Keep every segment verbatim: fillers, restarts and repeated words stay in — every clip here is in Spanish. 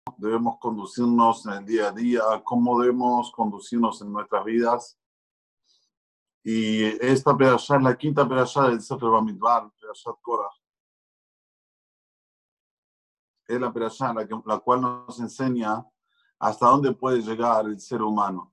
debemos conducirnos en el día a día, cómo debemos conducirnos en nuestras vidas. Y esta perashá es la quinta perashá del Sefer Bamidbar, Perashat Korah. Es la perashá la, que, la cual nos enseña hasta dónde puede llegar el ser humano.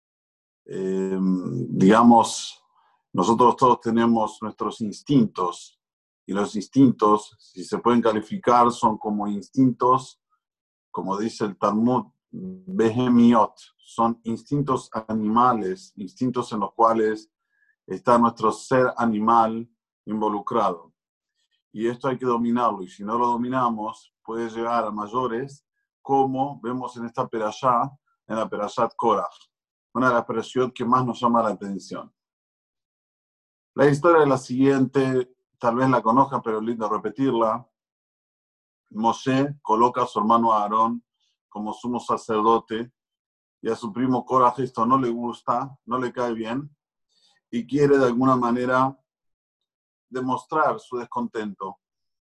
Eh, digamos, nosotros todos tenemos nuestros instintos, y los instintos, si se pueden calificar, son como instintos, como dice el Talmud, behemiot, son instintos animales, instintos en los cuales está nuestro ser animal involucrado. Y esto hay que dominarlo, y si no lo dominamos, puede llegar a mayores, como vemos en esta perashá, en la Perashat Korah, una de las perashot que más nos llama la atención. La historia es la siguiente, tal vez la conozcan, pero es lindo repetirla. Moshe coloca a su hermano Aarón como sumo sacerdote, y a su primo Korah esto no le gusta, no le cae bien, y quiere de alguna manera demostrar su descontento.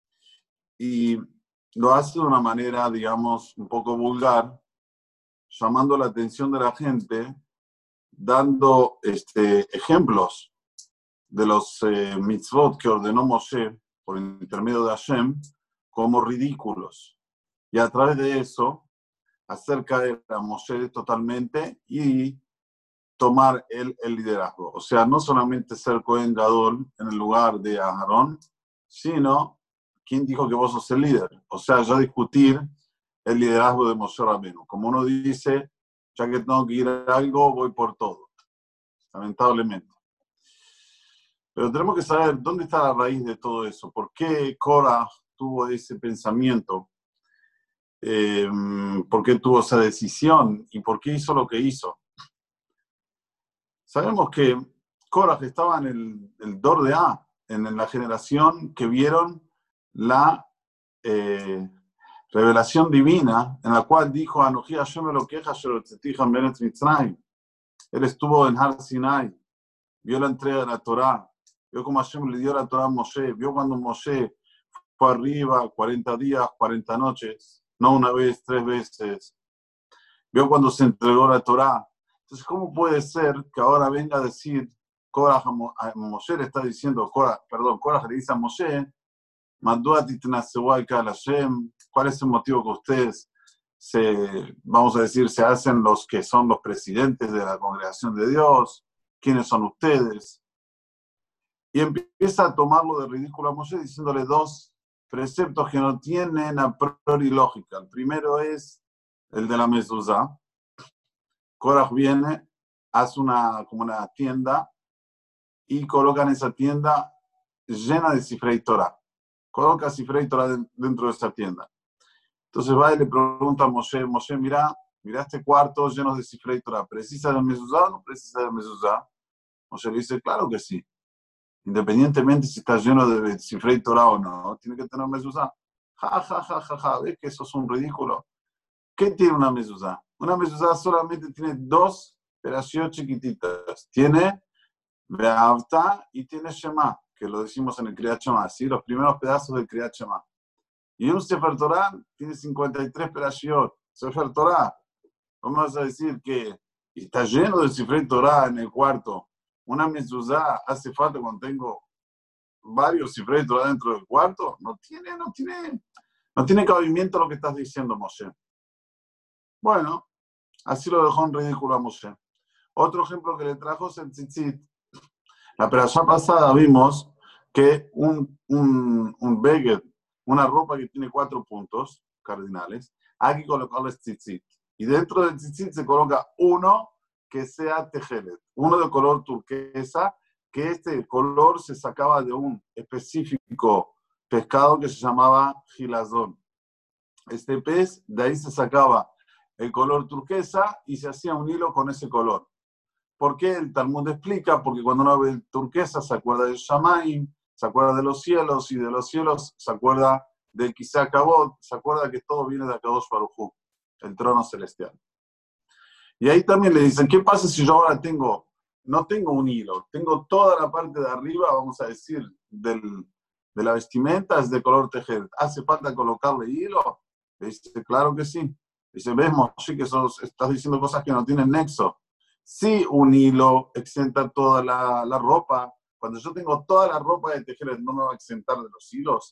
Y lo hace de una manera, digamos, un poco vulgar, llamando la atención de la gente, dando este, ejemplos de los eh, mitzvot que ordenó Moshe por intermedio de Hashem como ridículos. Y a través de eso, hacer caer a Moshe totalmente y tomar el, el liderazgo. O sea, no solamente ser Cohen Gadol en el lugar de Aarón, sino, ¿quién dijo que vos sos el líder? O sea, ya discutir el liderazgo de Moshe Rabbeinu. Como uno dice, ya que tengo que ir a algo, voy por todo. Lamentablemente. Pero tenemos que saber dónde está la raíz de todo eso. ¿Por qué Korah tuvo ese pensamiento? Eh, ¿Por qué tuvo esa decisión? ¿Y por qué hizo lo que hizo? Sabemos que Korah estaba en el, el Dor de A, en, en la generación que vieron la eh, revelación divina, en la cual dijo, Anoji Hashem Elokeja Shelotzetijan Benet Mitzrayim. Él estuvo en Har Sinai, vio la entrega de la Torá, vio cómo Hashem le dio la Torá a Moshe, vio cuando Moshe fue arriba cuarenta días, cuarenta noches, no una vez, tres veces, vio cuando se entregó la Torá. Entonces, ¿cómo puede ser que ahora venga a decir, Korah a Moshe le está diciendo, Korah, perdón, Korah le dice a Moshe, ¿cuál es el motivo que ustedes se, vamos a decir, se hacen los que son los presidentes de la congregación de Dios? ¿Quiénes son ustedes? Y empieza a tomarlo de ridículo a Moshe diciéndole dos preceptos que no tienen a priori lógica. El primero es el de la mezuzá. Korah viene, hace una, como una tienda y coloca en esa tienda llena de Sifrei Torah. Coloca Sifrei Torah dentro de esa tienda. Entonces va y le pregunta a Moshe, Moshe, mira, mira este cuarto lleno de Sifrei Torah. ¿Precisa de mezuzá o no precisa de mezuzá? Moshe le dice, claro que sí. Independientemente si está lleno de Sifrei Torah o no, tiene que tener mezuzá. Ja, ja, ja, ja, ja, ¿ves que eso es un ridículo? ¿Qué tiene una mezuzá? Una mezuzá solamente tiene dos perashot chiquititas. Tiene Be'avta y tiene Shema, que lo decimos en el Kriyat Shema, ¿sí? Los primeros pedazos del Kriyat Shema. Y un Sefer Torah tiene cincuenta y tres perashot. Sefer Torah, vamos a decir que está lleno de Sifrei Torah en el cuarto. Una mezuzá hace falta cuando tengo varios Sifrei Torah dentro del cuarto. No tiene, no tiene, no tiene cabimiento lo que estás diciendo, Moshe. Bueno, así lo dejó en ridículo a Moshe. Otro ejemplo que le trajo es el tzitzit. La perashá pasada vimos que un, un, un beged, una ropa que tiene cuatro puntos cardinales, hay que colocarle tzitzit. Y dentro del tzitzit se coloca uno que sea tejelet, uno de color turquesa, que este color se sacaba de un específico pescado que se llamaba gilazón. Este pez, de ahí se sacaba el color turquesa y se hacía un hilo con ese color. ¿Por qué? El Talmud explica, porque cuando uno ve turquesa se acuerda del Shamaim, se acuerda de los cielos, y de los cielos se acuerda del Kisá Kabod, se acuerda que todo viene de Akadosh Baruj Hu, el trono celestial. Y ahí también le dicen, ¿qué pasa si yo ahora tengo, no tengo un hilo, tengo toda la parte de arriba, vamos a decir, del, de la vestimenta es de color tejer? ¿Hace falta colocarle hilo? Le dice, claro que sí. Dice, ves, Moshe, que sos, estás diciendo cosas que no tienen nexo. Si un hilo exenta toda la, la ropa, cuando yo tengo toda la ropa de tejer, ¿no me va a exentar de los hilos?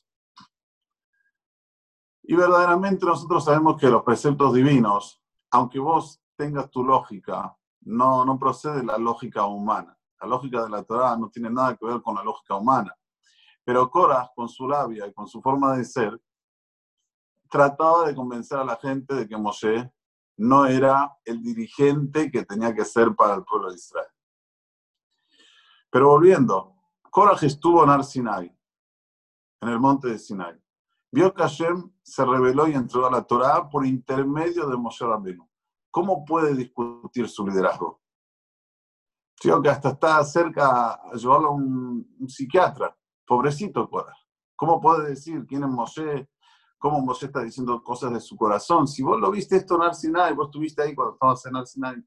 Y verdaderamente nosotros sabemos que los preceptos divinos, aunque vos tengas tu lógica, no, no procede de la lógica humana. La lógica de la Torá no tiene nada que ver con la lógica humana. Pero Korah, con su labia y con su forma de ser, trataba de convencer a la gente de que Moshe no era el dirigente que tenía que ser para el pueblo de Israel. Pero volviendo, Korah estuvo en Ar Sinai, en el monte de Sinai. Vio que Hashem se reveló y entregó a la Torá por intermedio de Moshe Rabbeinu. ¿Cómo puede discutir su liderazgo? Digo que hasta está cerca a llevarlo a un, un psiquiatra. Pobrecito Korah. ¿Cómo puede decir quién es Moshe? ¿Cómo Moshe está diciendo cosas de su corazón? Si vos lo viste esto en Ar Sinai, vos estuviste ahí cuando estabas en Ar Sinai.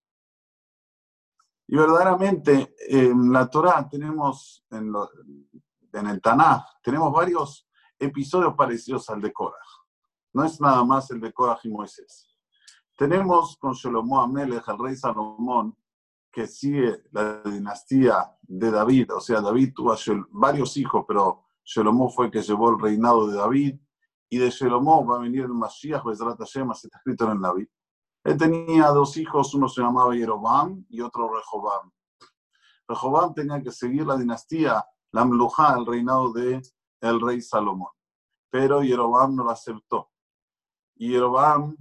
Y verdaderamente en la Torá tenemos, en, lo, en el Tanaj, tenemos varios episodios parecidos al de Korah. No es nada más el de Korah y Moisés. Tenemos con Shlomo Amelech, el rey Salomón, que sigue la dinastía de David. O sea, David tuvo varios hijos, pero Shlomo fue el que llevó el reinado de David. Y de Shlomo va a venir el Mashiach, Bezrat Hashem, así está escrito en el Naví. Él tenía dos hijos, uno se llamaba Yerobam y otro Rehobam. Rehobam tenía que seguir la dinastía, la Mlujá, el reinado del rey Salomón. Pero Yerobam no lo aceptó. Y Yerobam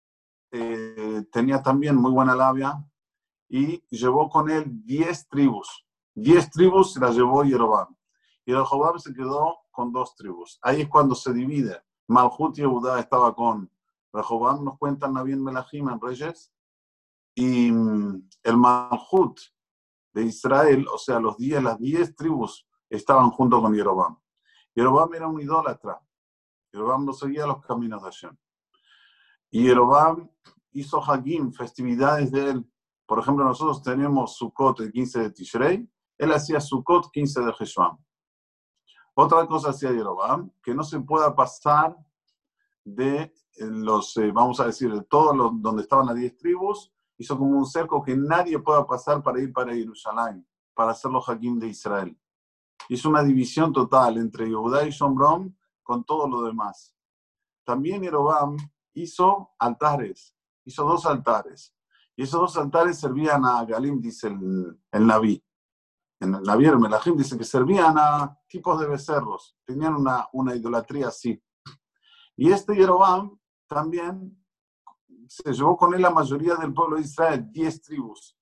eh, tenía también muy buena labia y llevó con él diez tribus. Diez tribus se las llevó Yerobam. Y Rehobam se quedó con dos tribus. Ahí es cuando se divide. Malhut y Yehudá estaba con Rehobam, nos cuentan Naví en Melahim, en Reyes, y el Malhut de Israel, o sea, los diez, las diez tribus estaban junto con Yerobam. Yerobam era un idólatra. Yerobam no seguía los caminos de Hashem. Y Yerobam hizo Hagim, festividades de él. Por ejemplo, nosotros tenemos Sukkot el quince de Tishrei, él hacía Sukkot quince de Heshvan. Otra cosa hacía Yerobam, que no se pueda pasar de los, eh, vamos a decir, de todos los donde estaban las diez tribus, hizo como un cerco que nadie pueda pasar para ir para Jerusalén, para hacer los Hagim de Israel. Hizo una división total entre Yehudá y Shomron con todo lo demás. También Yerobam hizo altares, hizo dos altares. Y esos dos altares servían a Galim, dice el, el Naví. En el Naví, el Melahim, dice que servían a tipos de becerros. Tenían una, una idolatría así. Y este Yerobam también se llevó con él la mayoría del pueblo de Israel, diez tribus.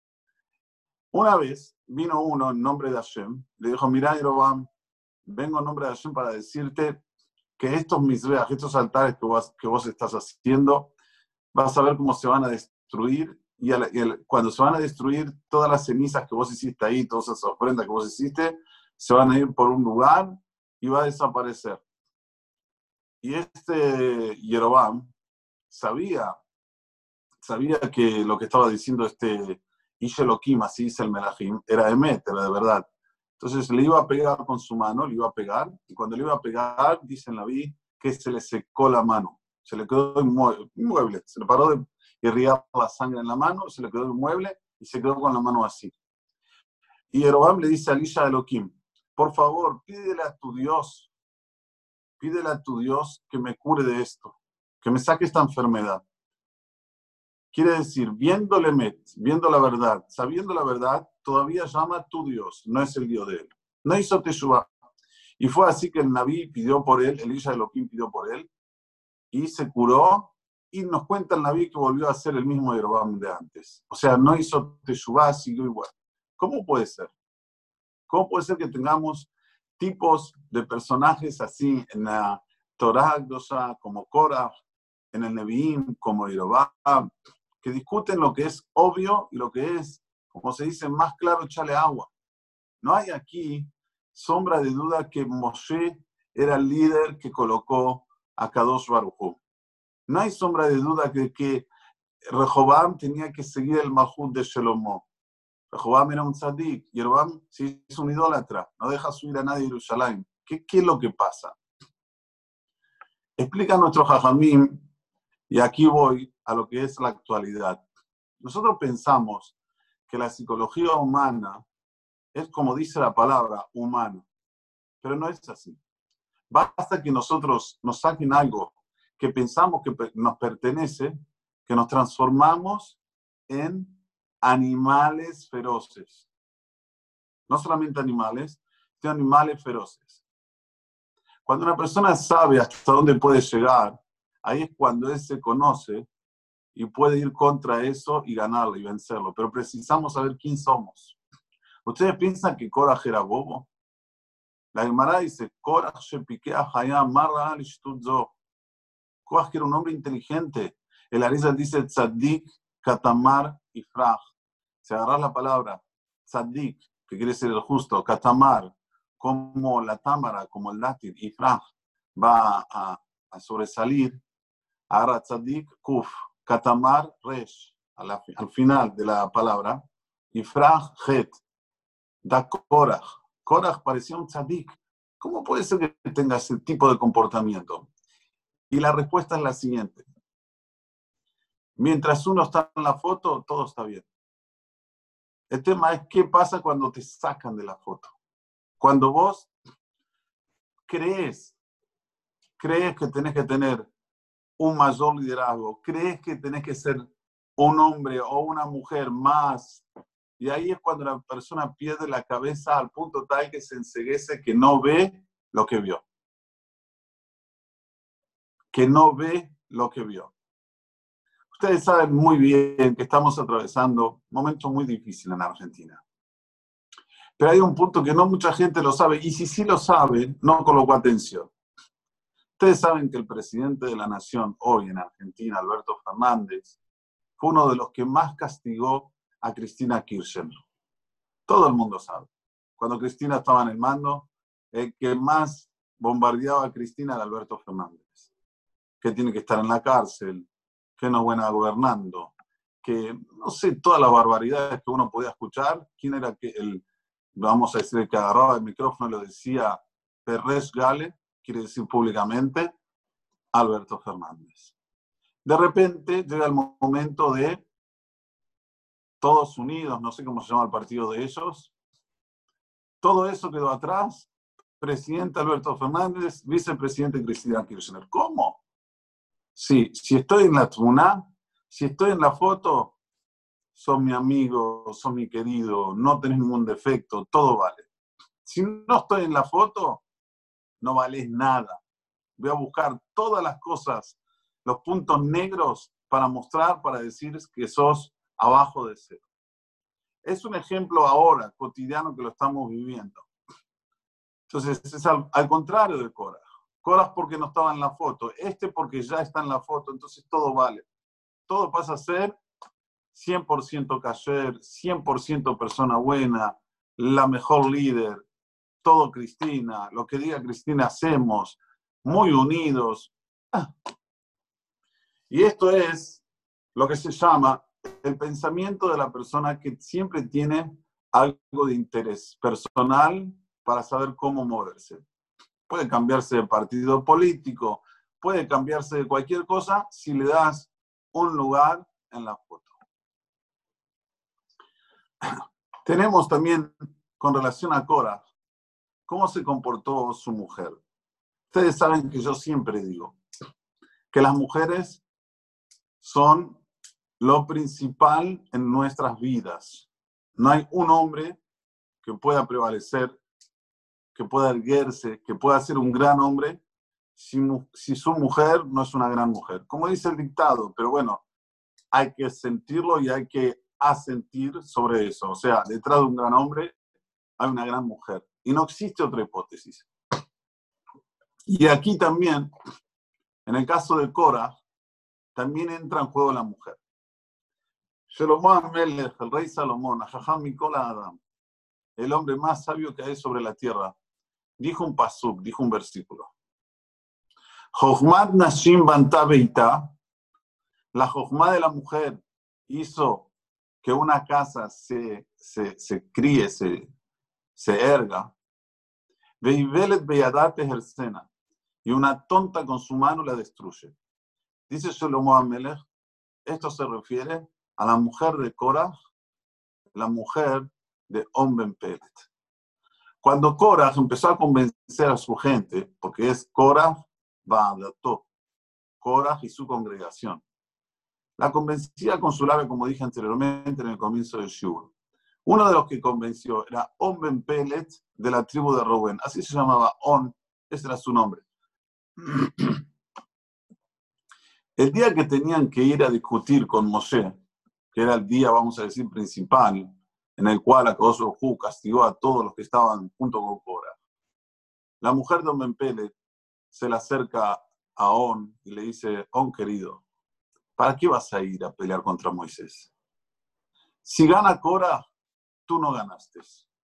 Una vez vino uno en nombre de Hashem, le dijo, mira Yerobam, vengo en nombre de Hashem para decirte que estos misbeach, estos altares que vos, que vos estás haciendo, vas a ver cómo se van a destruir, y, al, y al, cuando se van a destruir, todas las cenizas que vos hiciste ahí, todas esas ofrendas que vos hiciste, se van a ir por un lugar y va a desaparecer. Y este Yerobam sabía, sabía que lo que estaba diciendo este Ish Elohim, así dice el Melahim, era Emet, era de verdad. Entonces le iba a pegar con su mano, le iba a pegar, y cuando le iba a pegar, dice en la Biblia, que se le secó la mano, se le quedó inmueble, se le paró de irrigar la sangre en la mano, se le quedó inmueble y se quedó con la mano así. Y Yerobam le dice a Ish Elohim, por favor, pídele a tu Dios, pídele a tu Dios que me cure de esto, que me saque esta enfermedad. Quiere decir, viéndole Met, viendo la verdad, sabiendo la verdad, todavía llama a tu Dios, no es el Dios de él. No hizo Teshuvah. Y fue así que el Naví pidió por él, Elisha Elohim pidió por él, y se curó, y nos cuenta el Naví que volvió a ser el mismo Yerobam de antes. O sea, no hizo Teshuvah, siguió igual. ¿Cómo puede ser? ¿Cómo puede ser que tengamos tipos de personajes así en la Torah, como Korah, en el Nevi'im, como Yerobam, que discuten lo que es obvio y lo que es, como se dice, más claro, echarle agua? No hay aquí sombra de duda que Moshe era el líder que colocó a Kadosh Baruj Hu. No hay sombra de duda que, que Rehobam tenía que seguir el Malhut de Shlomo. Rehobam era un tzadik, Yerobam sí es un idólatra, no deja subir a nadie a Jerusalén. ¿Qué, ¿Qué es lo que pasa? Explica nuestro Jajamim Y aquí voy a lo que es la actualidad. Nosotros pensamos que la psicología humana es como dice la palabra, humano, pero no es así. Basta que nosotros nos saquen algo que pensamos que nos pertenece, que nos transformamos en animales feroces. No solamente animales, sino animales feroces. Cuando una persona sabe hasta dónde puede llegar, ahí es cuando él se conoce y puede ir contra eso y ganarlo y vencerlo. Pero precisamos saber quién somos. ¿Ustedes piensan que Korah era bobo? La Gemara dice, Korah shepiquea hayam marra al ishtutzo. Korah era un hombre inteligente. El Arizal dice tzadik, katamar y fraj. Se agarra la palabra tzadik, que quiere decir el justo, katamar, como la támara, como el dátil, y fraj va a, a sobresalir. Agarra tzadik, kuf, katamar, resh, al, al final de la palabra, y fraj, het, da Korah. Korah parecía un tzadik. ¿Cómo puede ser que tenga ese tipo de comportamiento? Y la respuesta es la siguiente. Mientras uno está en la foto, todo está bien. El tema es qué pasa cuando te sacan de la foto. Cuando vos crees, crees que tenés que tener un mayor liderazgo, crees que tenés que ser un hombre o una mujer más, y ahí es cuando la persona pierde la cabeza al punto tal que se enceguece, que no ve lo que vio. Que no ve lo que vio. Ustedes saben muy bien que estamos atravesando un momento muy difícil en Argentina. Pero hay un punto que no mucha gente lo sabe, y si sí lo sabe, no colocó atención. Ustedes saben que el presidente de la Nación hoy en Argentina, Alberto Fernández, fue uno de los que más castigó a Cristina Kirchner. Todo el mundo sabe. Cuando Cristina estaba en el mando, el que más bombardeaba a Cristina era Alberto Fernández, que tiene que estar en la cárcel, que no es buena gobernando, que no sé, todas las barbaridades que uno podía escuchar. ¿Quién era que el, vamos a decir, el que agarraba el micrófono y lo decía Perres Gale, quiere decir públicamente, Alberto Fernández? De repente llega el momento de Todos Unidos, no sé cómo se llama el partido de ellos, todo eso quedó atrás, presidente Alberto Fernández, vicepresidente Cristina Kirchner. ¿Cómo? Sí, si estoy en la tribuna, si estoy en la foto, sos mi amigo, sos mi querido, no tenés ningún defecto, todo vale. Si no estoy en la foto, no valés nada. Voy a buscar todas las cosas, los puntos negros para mostrar, para decir que sos abajo de cero. Es un ejemplo ahora, cotidiano, que lo estamos viviendo. Entonces, es al, al contrario de Korah. Korah porque no estaba en la foto, este porque ya está en la foto, entonces todo vale. Todo pasa a ser cien por ciento kasher, cien por ciento persona buena, la mejor líder, todo Cristina, lo que diga Cristina hacemos, muy unidos. Y esto es lo que se llama el pensamiento de la persona que siempre tiene algo de interés personal para saber cómo moverse. Puede cambiarse de partido político, puede cambiarse de cualquier cosa si le das un lugar en la foto. Tenemos también, con relación a Korah, cómo se comportó su mujer. Ustedes saben que yo siempre digo que las mujeres son lo principal en nuestras vidas. No hay un hombre que pueda prevalecer, que pueda erguirse, que pueda ser un gran hombre, si, si su mujer no es una gran mujer. Como dice el dictado, pero bueno, hay que sentirlo y hay que asentir sobre eso. O sea, detrás de un gran hombre hay una gran mujer. Y no existe otra hipótesis. Y aquí también, en el caso de Korah, también entra en juego la mujer. Shlomo HaMelech, el rey Salomón, Jajam Mikol Adam, el hombre más sabio que hay sobre la tierra, dijo un pasuk, dijo un versículo. Jochmat Nashim Banta Beita, la jochma de la mujer hizo que una casa se, se, se críe, se, se erga. Veivelet Beyadat Ejersena, y una tonta con su mano la destruye. Dice Shlomo HaMelech, esto se refiere a la mujer de Korah, la mujer de On Ben Pelet. Cuando Korah empezó a convencer a su gente, porque es Korah Ba'adato, Korah y su congregación, la convencía con su labio, como dije anteriormente en el comienzo del Shur. Uno de los que convenció era On Ben Pelet, de la tribu de Rubén. Así se llamaba On, ese era su nombre. El día que tenían que ir a discutir con Moshe, que era el día, vamos a decir, principal, en el cual Akadosh Baruj Hu castigó a todos los que estaban junto con Korah, la mujer de On Ben Pelet se le acerca a On y le dice, On querido, ¿para qué vas a ir a pelear contra Moisés? Si gana Korah, tú no ganaste.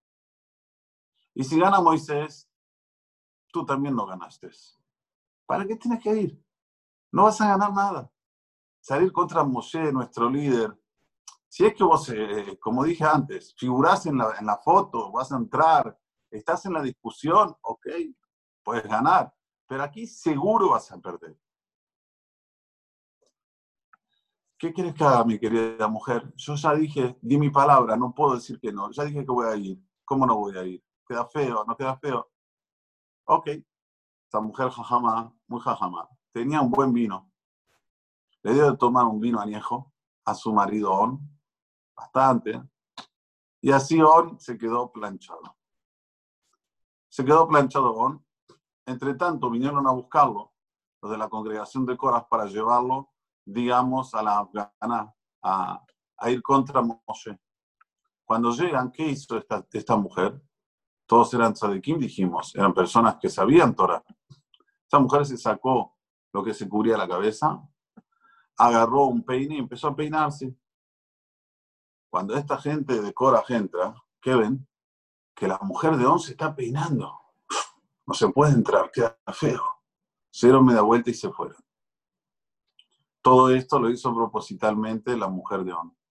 Y si gana Moisés, tú también no ganaste. ¿Para qué tienes que ir? No vas a ganar nada. Salir contra Moshe, nuestro líder. Si es que vos, eh, como dije antes, figurás en la, en la foto, vas a entrar, estás en la discusión, ok, puedes ganar. Pero aquí seguro vas a perder. ¿Qué quieres que haga, mi querida mujer? Yo ya dije, di mi palabra, no puedo decir que no. Ya dije que voy a ir. ¿Cómo no voy a ir? ¿Queda feo? ¿No queda feo? Ok. Esta mujer jajama, muy jajama, tenía un buen vino. Le dio de tomar un vino añejo a su marido On, bastante. Y así On se quedó planchado. Se quedó planchado On. Entre tanto, vinieron a buscarlo los de la congregación de Korah para llevarlo, digamos, a la Afgana, a, a ir contra Moshe. Cuando llegan, ¿qué hizo esta, esta mujer? Todos eran tzadikim, dijimos, eran personas que sabían Torah. Esta mujer se sacó lo que se cubría la cabeza, agarró un peine y empezó a peinarse. Cuando esta gente de Korah entra, ¿qué ven? Que la mujer de On se está peinando. No se puede entrar, queda feo. Se dieron media vuelta y se fueron. Todo esto lo hizo propositalmente la mujer de On.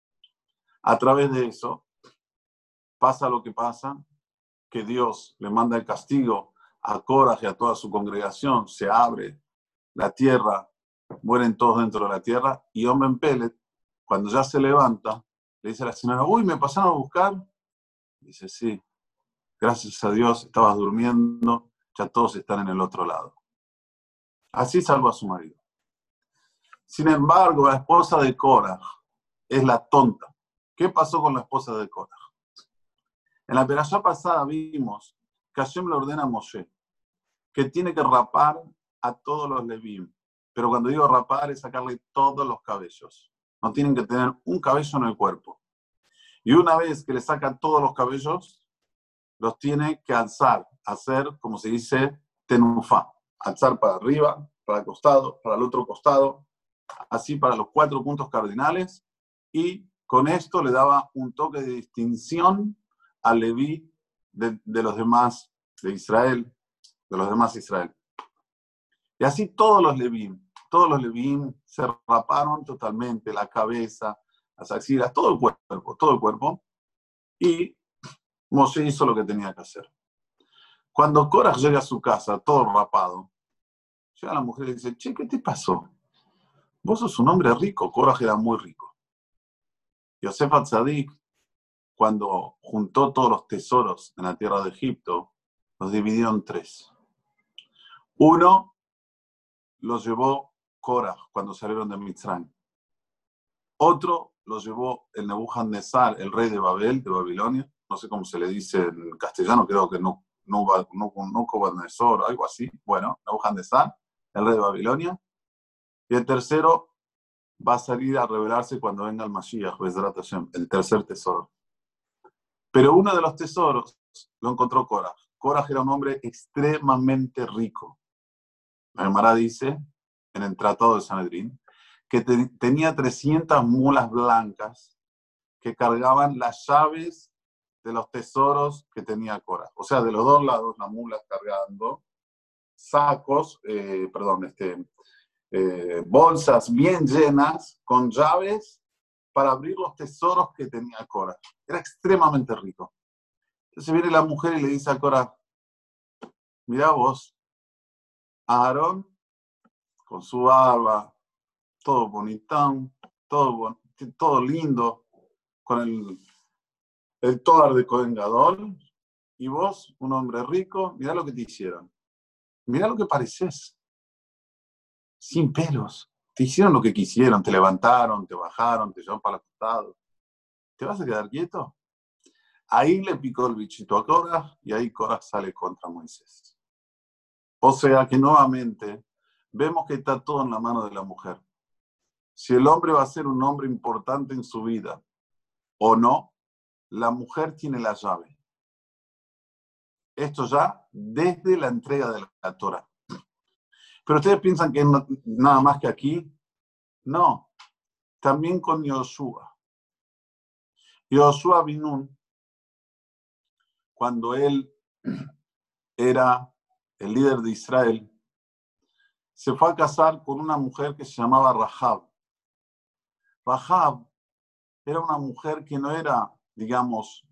A través de eso, pasa lo que pasa, que Dios le manda el castigo a Korah y a toda su congregación, se abre la tierra, mueren todos dentro de la tierra, y On Ben Pelet, cuando ya se levanta, le dice a la señora, uy, ¿me pasaron a buscar? Dice, sí, gracias a Dios, estabas durmiendo, ya todos están en el otro lado. Así salvó a su marido. Sin embargo, la esposa de Korah es la tonta. ¿Qué pasó con la esposa de Korah? En la perashá pasada vimos que Hashem le ordena a Moshe que tiene que rapar a todos los Levim. Pero cuando digo rapar es sacarle todos los cabellos. No tienen que tener un cabello en el cuerpo. Y una vez que le sacan todos los cabellos, los tiene que alzar, hacer, como se dice, tenufá. Alzar para arriba, para el costado, para el otro costado, así para los cuatro puntos cardinales. Y con esto le daba un toque de distinción al Leví de, de los demás de Israel, de los demás de Israel. Y así todos los Levín, todos los Levín se raparon totalmente la cabeza, las axilas, todo el cuerpo, todo el cuerpo. Y Moshe hizo lo que tenía que hacer. Cuando Korah llega a su casa, todo rapado, llega la mujer y dice, che, ¿qué te pasó? Vos sos un hombre rico. Korah era muy rico. Yosef Atzadik, cuando juntó todos los tesoros en la tierra de Egipto, los dividió en tres. Uno lo llevó Korah cuando salieron de Mitzrayim. Otro lo llevó el Nebuchadnezzar, el rey de Babel, de Babilonia. No sé cómo se le dice en castellano, creo que no, no, no, no Cobanesor, algo así. Bueno, Nebuchadnezzar, el rey de Babilonia. Y el tercero va a salir a revelarse cuando venga el Mashiach, el tercer tesoro. Pero uno de los tesoros lo encontró Korah. Korah era un hombre extremadamente rico. La Gemara dice, en el Tratado de Sanedrín, que te, tenía trescientas mulas blancas que cargaban las llaves de los tesoros que tenía Korah. O sea, de los dos lados, las mulas cargando sacos, eh, perdón, este, eh, bolsas bien llenas con llaves para abrir los tesoros que tenía Korah. Era extremadamente rico. Entonces viene la mujer y le dice a Korah, mirá vos, Aarón, con su barba, todo bonitón, todo, todo lindo, con el, el togar de Cohen Gadol, y vos, un hombre rico, mirá lo que te hicieron. Mirá lo que pareces. Sin pelos. Te hicieron lo que quisieron, te levantaron, te bajaron, te llevaron para el costado. ¿Te vas a quedar quieto? Ahí le picó el bichito a Korah y ahí Korah sale contra Moisés. O sea que nuevamente vemos que está todo en la mano de la mujer. Si el hombre va a ser un hombre importante en su vida o no, la mujer tiene la llave. Esto ya desde la entrega de la Torah. Pero ustedes piensan que es nada más que aquí. No, también con Yoshua. Yoshua Binun, cuando él era el líder de Israel, se fue a casar con una mujer que se llamaba Rahab. Rahab era una mujer que no era, digamos,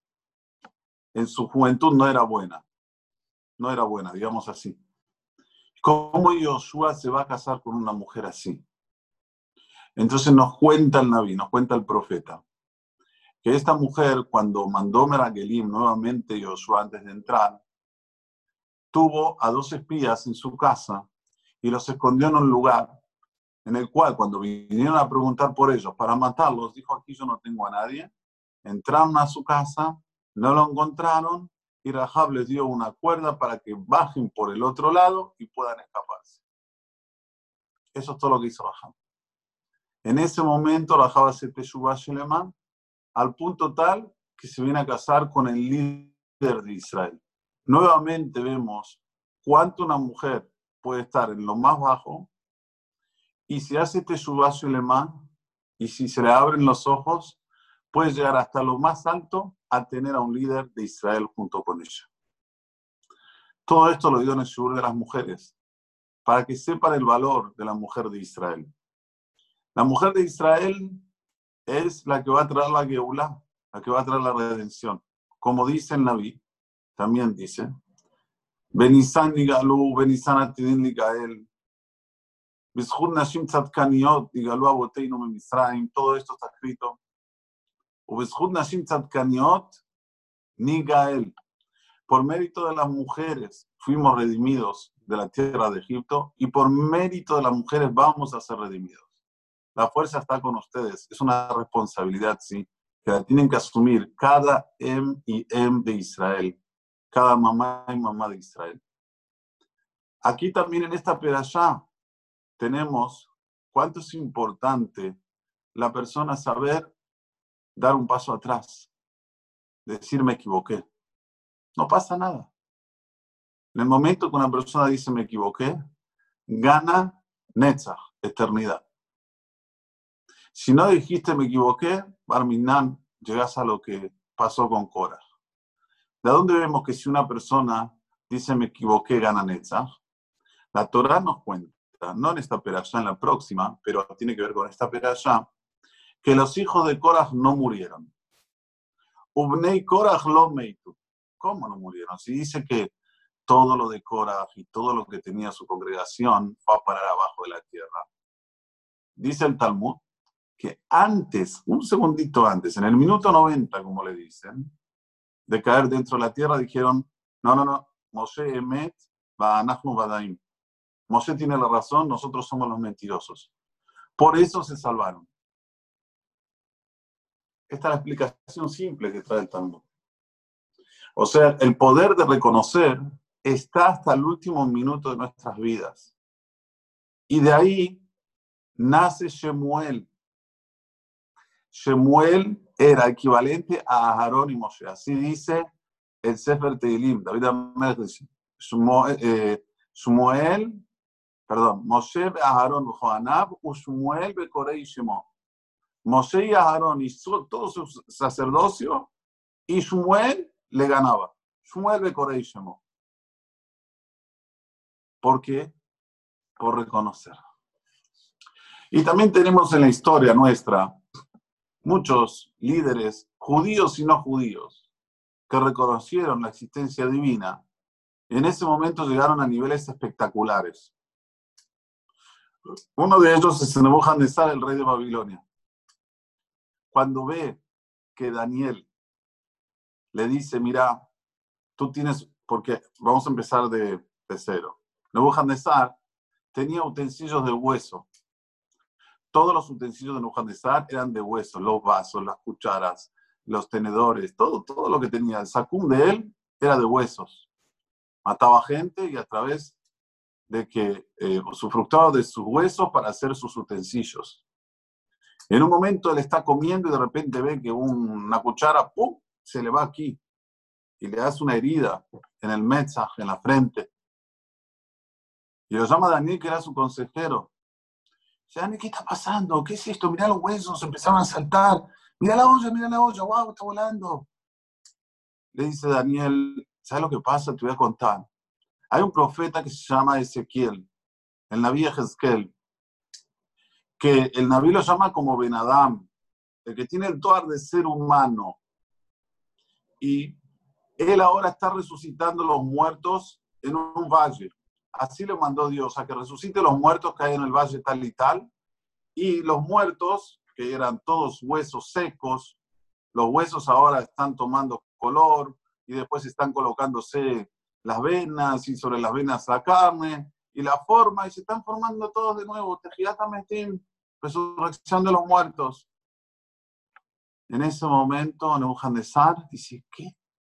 en su juventud no era buena. No era buena, digamos así. ¿Cómo Yoshua se va a casar con una mujer así? Entonces nos cuenta el Naví, nos cuenta el profeta, que esta mujer, cuando mandó Meragelim nuevamente Yoshua antes de entrar, tuvo a dos espías en su casa y los escondió en un lugar en el cual, cuando vinieron a preguntar por ellos para matarlos, dijo: aquí yo no tengo a nadie. Entraron a su casa, no lo encontraron y Rahab les dio una cuerda para que bajen por el otro lado y puedan escaparse. Eso es todo lo que hizo Rahab. En ese momento Rahab hace Teshuvah Shelema al punto tal que se viene a casar con el líder de Israel. Nuevamente vemos cuánto una mujer puede estar en lo más bajo y si hace Teshuvah Shelema y si se le abren los ojos, puede llegar hasta lo más alto a tener a un líder de Israel junto con ella. Todo esto lo dio en el Shur de las mujeres, para que sepan el valor de la mujer de Israel. La mujer de Israel es la que va a traer la Geulah, la que va a traer la redención. Como dice el Naví, también dice, Benisan Nigalu, Benisan Atidin Ligael, Bishud Nashim Tzadkaniot, Nigalu Aboteinu Memisraim, todo esto está escrito. Ubishud Nashim Tzadkaniot, Nigael. Por mérito de las mujeres fuimos redimidos de la tierra de Egipto y por mérito de las mujeres vamos a ser redimidos. La fuerza está con ustedes. Es una responsabilidad, sí, que la tienen que asumir cada em y em de Israel, cada mamá y mamá de Israel. Aquí también en esta perashá tenemos cuánto es importante la persona saber dar un paso atrás, decir me equivoqué. No pasa nada. En el momento que una persona dice me equivoqué, gana Netzach, eternidad. Si no dijiste me equivoqué, Barminan, llegas a lo que pasó con Korah. ¿De dónde vemos que si una persona dice me equivoqué, gana Netzach? La Torah nos cuenta, no en esta perashá, en la próxima, pero tiene que ver con esta perashá, que los hijos de Korah no murieron. Ubnei Korah lo meitu. ¿Cómo no murieron? Si dice que todo lo de Korah y todo lo que tenía su congregación va a parar abajo de la tierra. Dice el Talmud que antes, un segundito antes, en el minuto noventa, como le dicen, de caer dentro de la tierra, dijeron, no, no, no, Moshe emet, va'anachnu vadaim. Moshe tiene la razón, nosotros somos los mentirosos. Por eso se salvaron. Esta es la explicación simple que trae el Talmud. O sea, el poder de reconocer está hasta el último minuto de nuestras vidas. Y de ahí nace Shemuel. Shemuel era equivalente a Aarón y Moshe. Así dice el Sefer Tehilim. David Amelech dice, Shemuel, eh, Shemuel, perdón, Moshe be Aarón Johanab, u Shemuel be Korei Shemo. Moshe y Aarón hizo todo su sacerdocio y Shemuel le ganaba. Shemuel be Korei Shemo. ¿Por qué? Por reconocer. Y también tenemos en la historia nuestra muchos líderes, judíos y no judíos, que reconocieron la existencia divina y en ese momento llegaron a niveles espectaculares. Uno de ellos es Nebuchadnezzar, el rey de Babilonia. Cuando ve que Daniel le dice, mira, tú tienes, porque vamos a empezar de, de cero. Nebuchadnezzar tenía utensilios de hueso. Todos los utensilios de Nebuchadnezzar eran de hueso, los vasos, las cucharas, los tenedores, todo, todo lo que tenía. El sacún de él era de huesos. Mataba gente y a través de que eh, usufructaba de sus huesos para hacer sus utensilios. En un momento él está comiendo y de repente ve que un, una cuchara, ¡pum!, se le va aquí y le hace una herida en el metzaj, en la frente. Y lo llama Daniel, que era su consejero. Dice, Daniel, ¿qué está pasando? ¿Qué es esto? Mirá los huesos, empezaron a saltar. Mira la olla, mira la olla, wow, está volando. Le dice Daniel, ¿sabes lo que pasa? Te voy a contar. Hay un profeta que se llama Ezequiel, el Naví Ezequiel, que el Naví lo llama como Ben Adam, el que tiene el toar de ser humano. Y él ahora está resucitando los muertos en un valle. Así le mandó Dios, a que resucite los muertos que hay en el valle tal y tal. Y los muertos, que eran todos huesos secos, los huesos ahora están tomando color y después están colocándose las venas y sobre las venas la carne y la forma y se están formando todos de nuevo. Tejiatametim, resurrección de los muertos. En ese momento Nebuchadnezzar dice, ¿qué?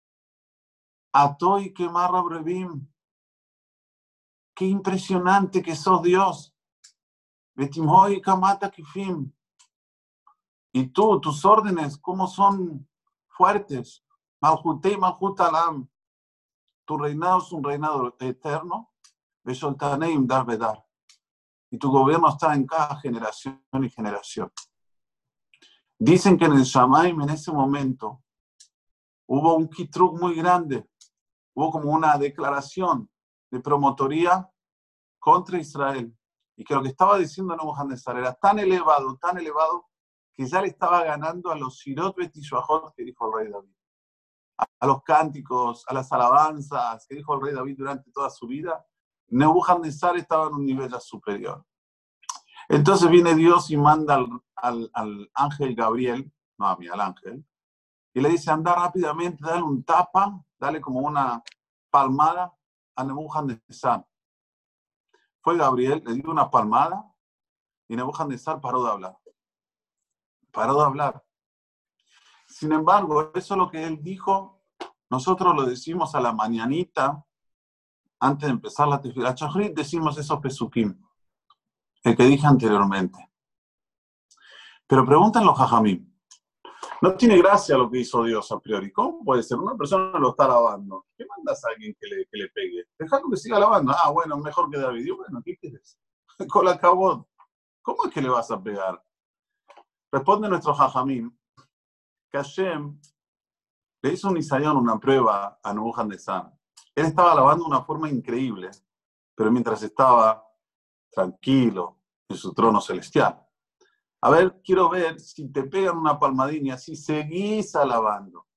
Atoy que marra brevim. Qué impresionante que sos Dios. Betimhoy kamata kifim. Y tú, tus órdenes, cómo son fuertes. Malhutei malhut alam. Tu reinado es un reinado eterno. Besholtaneim dar vedar. Y tu gobierno está en cada generación y generación. Dicen que en el Shamaim, en ese momento, hubo un kitruk muy grande. Hubo como una declaración de promotoría contra Israel. Y que lo que estaba diciendo Nebuchadnezzar era tan elevado, tan elevado, que ya le estaba ganando a los Shirot Betishvahot que dijo el rey David. A, a los cánticos, a las alabanzas que dijo el rey David durante toda su vida. Nebuchadnezzar estaba en un nivel ya superior. Entonces viene Dios y manda al, al, al ángel Gabriel, no a mí, al ángel, y le dice, anda rápidamente, dale un tapa, dale como una palmada a Nebuchadnezzar. Fue Gabriel, le dio una palmada y Nebuchadnezzar paró de hablar. Paró de hablar. Sin embargo, eso es lo que él dijo, nosotros lo decimos a la mañanita, antes de empezar la tefilá shachrit, decimos esos pesukim, el que dije anteriormente. Pero preguntan los jajamim, no tiene gracia lo que hizo Dios a priori. ¿Cómo puede ser? Una persona lo está alabando. ¿Qué mandas a alguien que le, que le pegue? Dejalo que siga alabando. Ah, bueno, mejor que David. Y bueno, ¿qué quieres? Con la cabot. ¿Cómo es que le vas a pegar? Responde nuestro jajamim que Hashem le hizo un isayón, una prueba a Nebuchadnezzar. Él estaba alabando de una forma increíble, pero mientras estaba tranquilo en su trono celestial. A ver, quiero ver si te pegan una palmadina, si seguís alabando.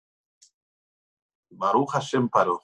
Baruch Hashem paró.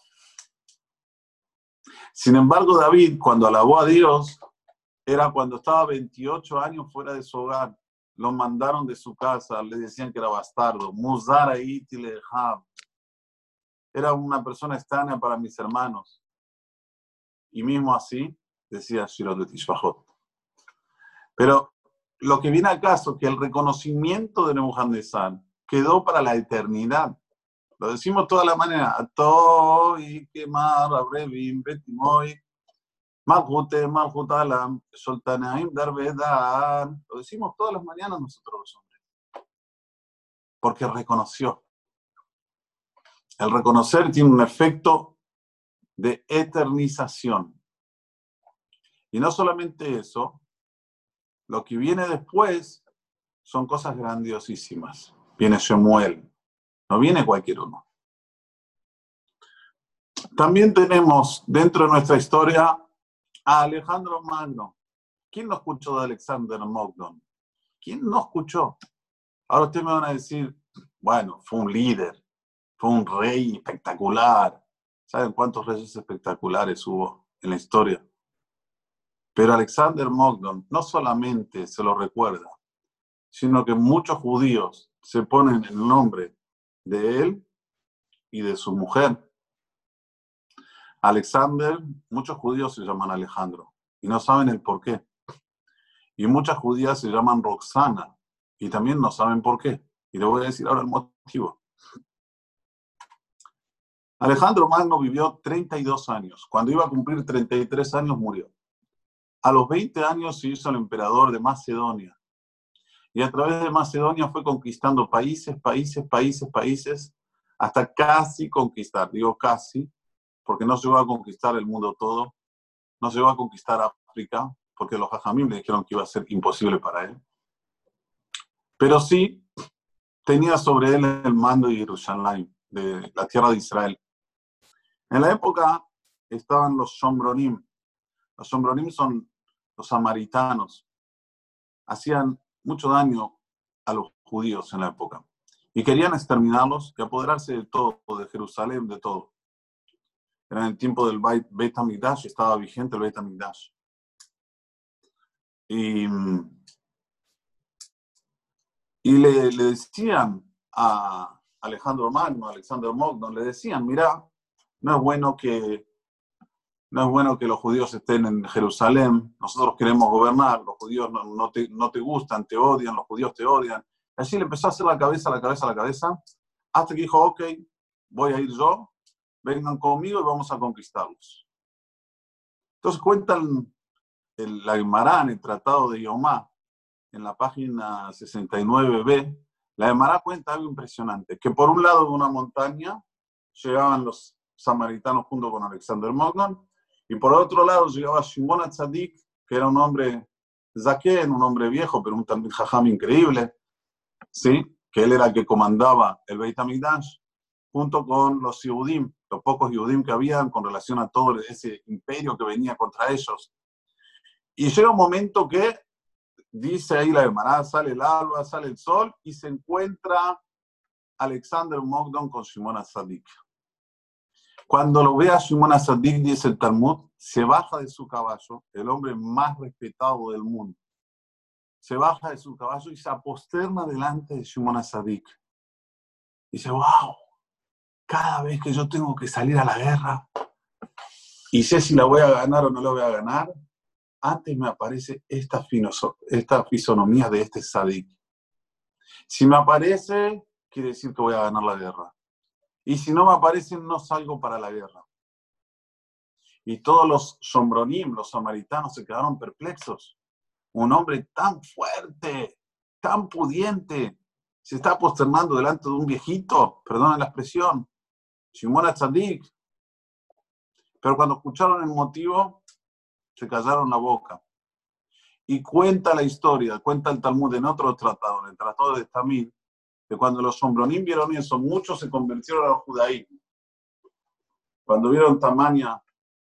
Sin embargo, David, cuando alabó a Dios, era cuando estaba veintiocho años fuera de su hogar. Lo mandaron de su casa, le decían que era bastardo. Muzar ahí tilehab. Era una persona extraña para mis hermanos. Y mismo así, decía Shirot Betishvahot. Pero lo que viene al caso, que el reconocimiento de Nebuchadnezzar quedó para la eternidad. Lo decimos toda la manera. Atoy, Kemar, Abrevim, Betimoy, Malhute, Malhutalam, Soltanaim, Darvedar. Lo decimos todas las mañanas nosotros los hombres. Porque reconoció. El reconocer tiene un efecto de eternización. Y no solamente eso, lo que viene después son cosas grandiosísimas. Viene Shemuel. No viene cualquier uno. También tenemos dentro de nuestra historia a Alejandro Magno. ¿Quién no escuchó de Alexander Magno? ¿Quién no escuchó? Ahora ustedes me van a decir, bueno, fue un líder, fue un rey espectacular. ¿Saben cuántos reyes espectaculares hubo en la historia? Pero Alexander Mogdon no solamente se lo recuerda, sino que muchos judíos se ponen el nombre de él y de su mujer. Alexander, muchos judíos se llaman Alejandro y no saben el por qué. Y muchas judías se llaman Roxana y también no saben por qué. Y le voy a decir ahora el motivo. Alejandro Magno vivió treinta y dos años. Cuando iba a cumplir treinta y tres años murió. A los veinte años se hizo el emperador de Macedonia. Y a través de Macedonia fue conquistando países, países, países, países, hasta casi conquistar. Digo casi, porque no llegó a conquistar el mundo todo. No llegó a conquistar África, porque los hajamim le dijeron que iba a ser imposible para él. Pero sí tenía sobre él el mando de Jerusalén, de la tierra de Israel. En la época estaban los Shombronim. Los Shombronim son los samaritanos. Hacían mucho daño a los judíos en la época. Y querían exterminarlos y apoderarse de todo, de Jerusalén, de todo. Era en el tiempo del Beit HaMikdash, estaba vigente el Beit HaMikdash. Y, y le, le decían a Alejandro Magno, a Alexander Mogdon, le decían, mira, no es bueno que no es bueno que los judíos estén en Jerusalén, nosotros queremos gobernar, los judíos no, no, te, no te gustan, te odian, los judíos te odian. Así le empezó a hacer la cabeza, la cabeza, la cabeza, hasta que dijo, ok, voy a ir yo, vengan conmigo y vamos a conquistarlos. Entonces cuentan el, la Gemara en el Tratado de Yomá, en la página sesenta y nueve be, la Gemara cuenta algo impresionante, que por un lado de una montaña llegaban los samaritanos junto con Alexander Mogdon, y por otro lado llegaba Shimon HaTzadik, que era un hombre zaken, un hombre viejo, pero un también jajam increíble, ¿sí? Que él era el que comandaba el Beit HaMikdash, junto con los Yehudim, los pocos Yehudim que habían con relación a todo ese imperio que venía contra ellos. Y llega un momento que, dice ahí la Gemara, sale el alba, sale el sol, y se encuentra Alexander Mogdon con Shimon HaTzadik. Cuando lo ve a Shimon HaTzadik, dice el Talmud, se baja de su caballo, el hombre más respetado del mundo. Se baja de su caballo y se aposterna delante de Shimon HaTzadik. Dice, wow, cada vez que yo tengo que salir a la guerra y sé si la voy a ganar o no la voy a ganar, antes me aparece esta, esta fisonomía de este Tzadik. Si me aparece, quiere decir que voy a ganar la guerra. Y si no me aparecen, no salgo para la guerra. Y todos los Shombronim, los samaritanos, se quedaron perplexos. Un hombre tan fuerte, tan pudiente, se está posternando delante de un viejito, perdonen la expresión, Shimon HaTzadik. Pero cuando escucharon el motivo, se callaron la boca. Y cuenta la historia, cuenta el Talmud en otro tratado, en el Tratado de Tamid, que cuando los Shombronim vieron eso, muchos se convirtieron al judaísmo. Cuando vieron tamaña,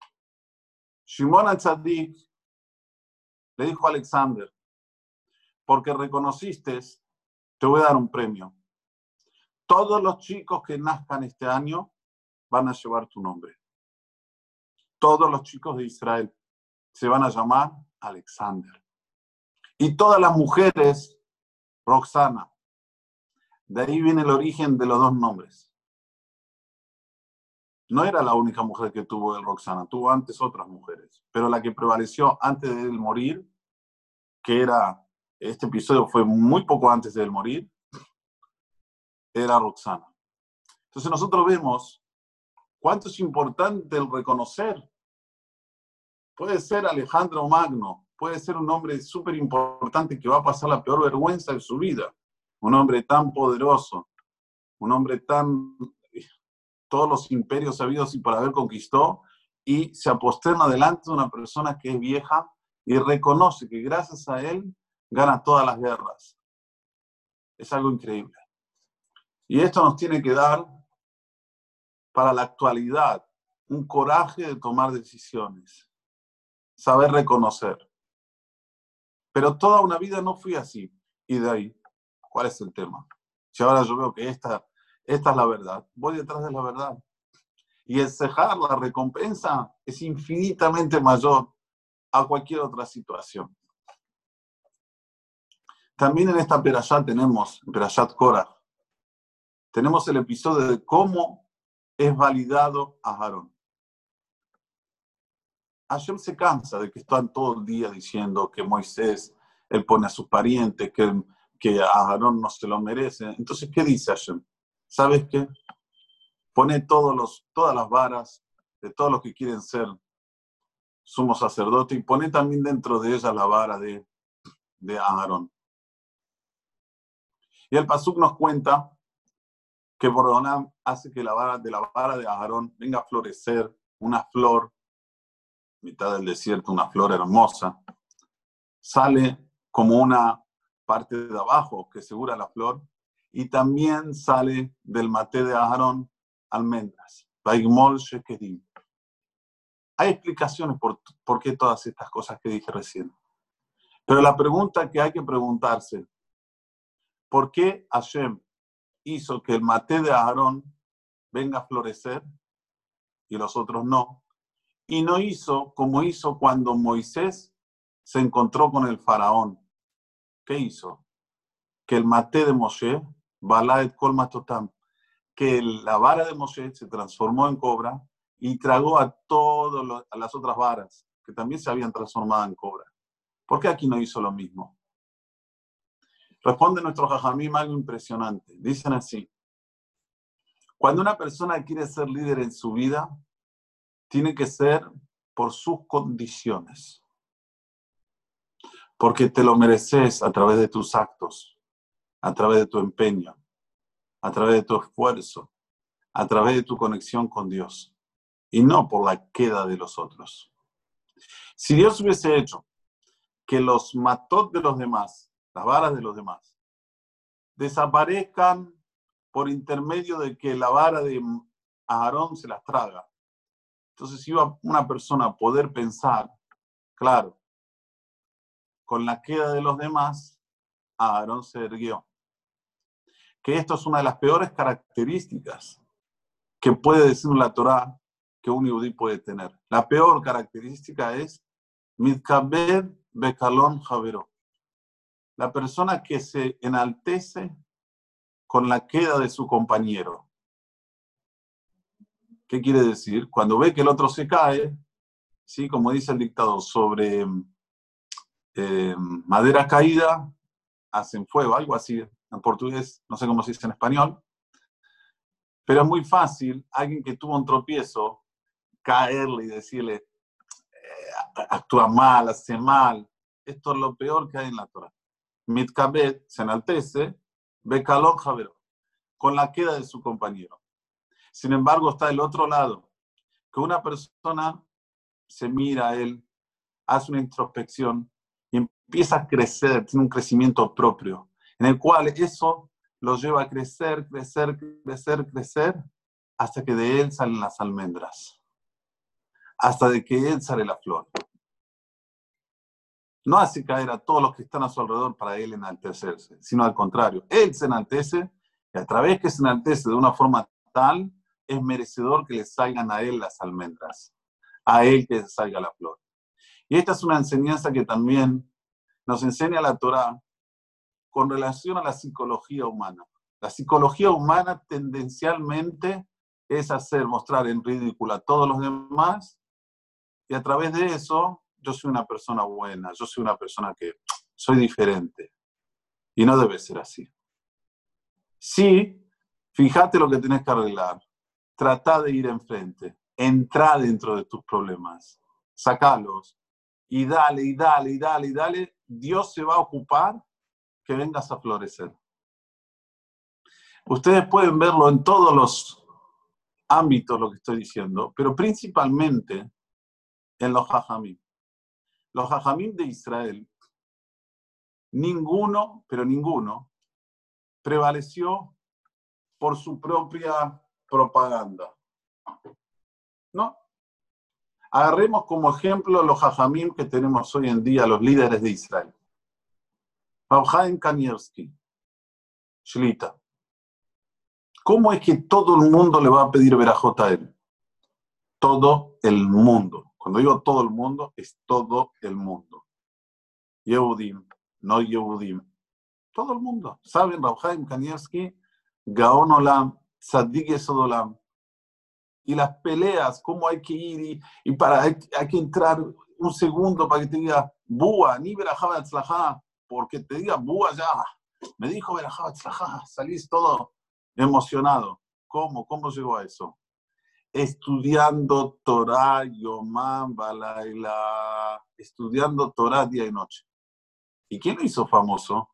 Shimon HaTzadik le dijo a Alexander, porque reconociste, te voy a dar un premio. Todos los chicos que nazcan este año van a llevar tu nombre. Todos los chicos de Israel se van a llamar Alexander. Y todas las mujeres, Roxana. De ahí viene el origen de los dos nombres. No era la única mujer que tuvo el Roxana, tuvo antes otras mujeres. Pero la que prevaleció antes de él morir, que era, este episodio fue muy poco antes de él morir, era Roxana. Entonces nosotros vemos cuánto es importante el reconocer. Puede ser Alejandro Magno, puede ser un hombre súper importante que va a pasar la peor vergüenza de su vida. Un hombre tan poderoso, un hombre tan... todos los imperios habidos y por haber conquistó, y se aposterna delante de una persona que es vieja y reconoce que gracias a él gana todas las guerras. Es algo increíble. Y esto nos tiene que dar, para la actualidad, un coraje de tomar decisiones, saber reconocer. Pero toda una vida no fui así. Y de ahí, ¿cuál es el tema? Si ahora yo veo que esta, esta es la verdad, voy detrás de la verdad. Y el cejar, la recompensa, es infinitamente mayor a cualquier otra situación. También en esta perashá tenemos, en Perashat Korah, tenemos el episodio de cómo es validado a Aarón. Hashem se cansa de que están todo el día diciendo que Moisés, él pone a sus parientes, que, que a Aarón no se lo merece. Entonces, ¿qué dice Hashem? ¿Sabes qué? Pone todos los, todas las varas de todos los que quieren ser sumo sacerdote y pone también dentro de ella la vara de, de Aarón. Y el Pasuk nos cuenta que Boronam hace que la vara, de la vara de Aarón venga a florecer una flor, mitad del desierto, una flor hermosa. Sale como una parte de abajo que segura la flor y también sale del maté de Aarón almendras. Baigmol shekerim. Hay explicaciones por, por qué todas estas cosas que dije recién. Pero la pregunta que hay que preguntarse, ¿por qué Hashem hizo que el maté de Aarón venga a florecer y los otros no? Y no hizo como hizo cuando Moisés se encontró con el faraón. ¿Qué hizo? Que el maté de Moshe, Balaet Kol Matotam, que la vara de Moshe se transformó en cobra y tragó a todas las otras varas que también se habían transformado en cobra. ¿Por qué aquí no hizo lo mismo? Responde nuestro Jajamim algo impresionante. Dicen así: cuando una persona quiere ser líder en su vida, tiene que ser por sus condiciones. Porque te lo mereces a través de tus actos, a través de tu empeño, a través de tu esfuerzo, a través de tu conexión con Dios, y no por la queda de los otros. Si Dios hubiese hecho que los matot de los demás, las varas de los demás, desaparezcan por intermedio de que la vara de Aarón se las traga, entonces iba una persona a poder pensar, claro, con la queda de los demás, Aarón se erguió. Que esto es una de las peores características que puede decir la Torá que un yudí puede tener. La peor característica es Mitkabed Bekalon Javero. La persona que se enaltece con la queda de su compañero. ¿Qué quiere decir? Cuando ve que el otro se cae, ¿sí? Como dice el dictador, sobre eh, madera caída, hacen fuego, algo así en portugués, no sé cómo se dice en español, pero es muy fácil alguien que tuvo un tropiezo, caerle y decirle, eh, actúa mal, hace mal. Esto es lo peor que hay en la Torah. Mitkabed se enaltece, Bekalon Javero, con la queda de su compañero. Sin embargo, está el otro lado, que una persona se mira a él, hace una introspección y empieza a crecer, tiene un crecimiento propio, en el cual eso lo lleva a crecer, crecer, crecer, crecer, hasta que de él salen las almendras, hasta de que él sale la flor. No hace caer a todos los que están a su alrededor para él enaltecerse, sino al contrario, él se enaltece y a través que se enaltece de una forma tal, es merecedor que le salgan a él las almendras, a él que le salga la flor. Y esta es una enseñanza que también nos enseña la Torá con relación a la psicología humana. La psicología humana tendencialmente es hacer, mostrar en ridículo a todos los demás y a través de eso yo soy una persona buena, yo soy una persona que soy diferente. Y no debe ser así. Sí, fíjate lo que tenés que arreglar. Trata de ir enfrente. Entra dentro de tus problemas. Sacalos. Y dale, y dale, y dale, y dale. Dios se va a ocupar que vengas a florecer. Ustedes pueden verlo en todos los ámbitos, lo que estoy diciendo, pero principalmente en los Jajamim. Los Jajamim de Israel, ninguno, pero ninguno, prevaleció por su propia propaganda. ¿No? Agarremos como ejemplo los Jajamim que tenemos hoy en día, los líderes de Israel. Rav Chaim Kanievsky, Shlita. ¿Cómo es que todo el mundo le va a pedir verajot a él? Todo el mundo. Cuando digo todo el mundo, es todo el mundo. Yehudim, no Yehudim. Todo el mundo. ¿Saben? Rav Chaim Kanievsky, Gaon Olam, Tzadik Yesod Olam. Y las peleas, cómo hay que ir y, y para, hay, hay que entrar un segundo para que te diga Búa, ni Berajá Batzlajá, porque te diga Búa ya, me dijo Berajá Batzlajá, salís todo emocionado. ¿Cómo? ¿Cómo llegó a eso? Estudiando Torah, Yomam, Balaila, estudiando Torah día y noche. ¿Y quién lo hizo famoso?